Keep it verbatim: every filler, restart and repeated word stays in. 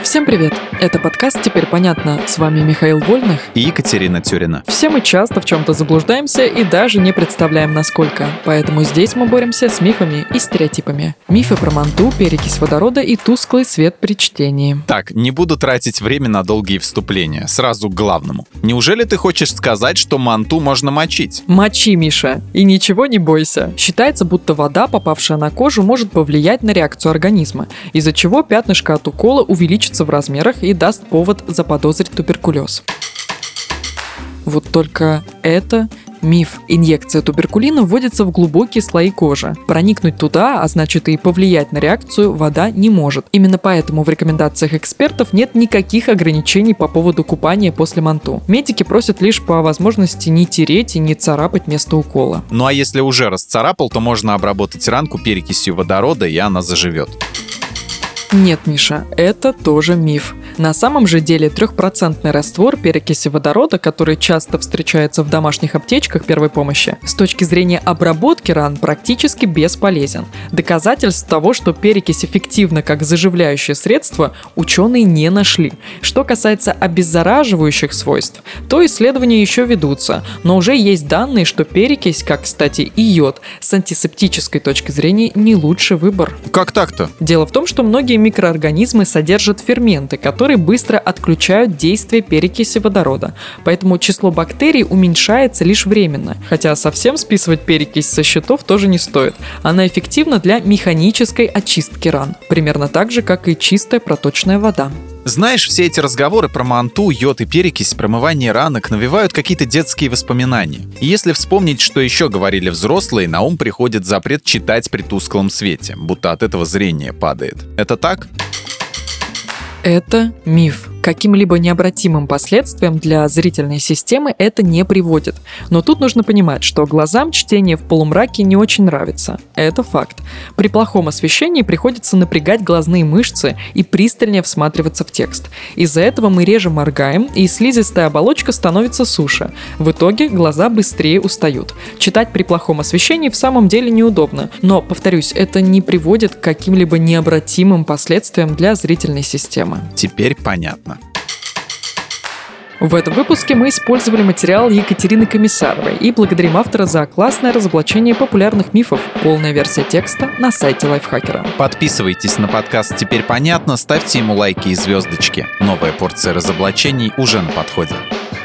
Всем привет! Это подкаст «Теперь понятно». С вами Михаил Вольных и Екатерина Тюрина. Все мы часто в чем-то заблуждаемся и даже не представляем, насколько. Поэтому здесь мы боремся с мифами и стереотипами. Мифы про манту, перекись водорода и тусклый свет при чтении. Так, не буду тратить время на долгие вступления. Сразу к главному. Неужели ты хочешь сказать, что манту можно мочить? Мочи, Миша, и ничего не бойся. Считается, будто вода, попавшая на кожу, может повлиять на реакцию организма, из-за чего пятнышко от укола увеличится в размерах и даст повод заподозрить туберкулез. Вот только это миф. Инъекция туберкулина вводится в глубокие слои кожи. Проникнуть туда, а значит и повлиять на реакцию, вода не может. Именно поэтому в рекомендациях экспертов нет никаких ограничений по поводу купания после манту. Медики просят лишь по возможности не тереть и не царапать место укола. Ну а если уже расцарапал, то можно обработать ранку перекисью водорода, и она заживет. Нет, Миша, это тоже миф. На самом же деле трехпроцентный раствор перекиси водорода, который часто встречается в домашних аптечках первой помощи, с точки зрения обработки ран практически бесполезен. Доказательств того, что перекись эффективна как заживляющее средство, ученые не нашли. Что касается обеззараживающих свойств, то исследования еще ведутся, но уже есть данные, что перекись, как, кстати, и йод, с антисептической точки зрения не лучший выбор. Как так-то? Дело в том, что многие микроорганизмы содержат ферменты, которые быстро отключают действие перекиси водорода, поэтому число бактерий уменьшается лишь временно, хотя совсем списывать перекись со счетов тоже не стоит. Она эффективна для механической очистки ран, примерно так же, как и чистая проточная вода. Знаешь, все эти разговоры про манту, йод и перекись, промывание ранок навевают какие-то детские воспоминания. И если вспомнить, что еще говорили взрослые, на ум приходит запрет читать при тусклом свете, будто от этого зрение падает. Это так? Это миф. Каким-либо необратимым последствиям для зрительной системы это не приводит. Но тут нужно понимать, что глазам чтение в полумраке не очень нравится. Это факт. При плохом освещении приходится напрягать глазные мышцы и пристальнее всматриваться в текст. Из-за этого мы реже моргаем, и слизистая оболочка становится суше. В итоге глаза быстрее устают. Читать при плохом освещении в самом деле неудобно. Но, повторюсь, это не приводит к каким-либо необратимым последствиям для зрительной системы. Теперь понятно. В этом выпуске мы использовали материал Екатерины Комиссаровой и благодарим автора за классное разоблачение популярных мифов. Полная версия текста на сайте Лайфхакера. Подписывайтесь на подкаст «Теперь понятно», ставьте ему лайки и звездочки. Новая порция разоблачений уже на подходе.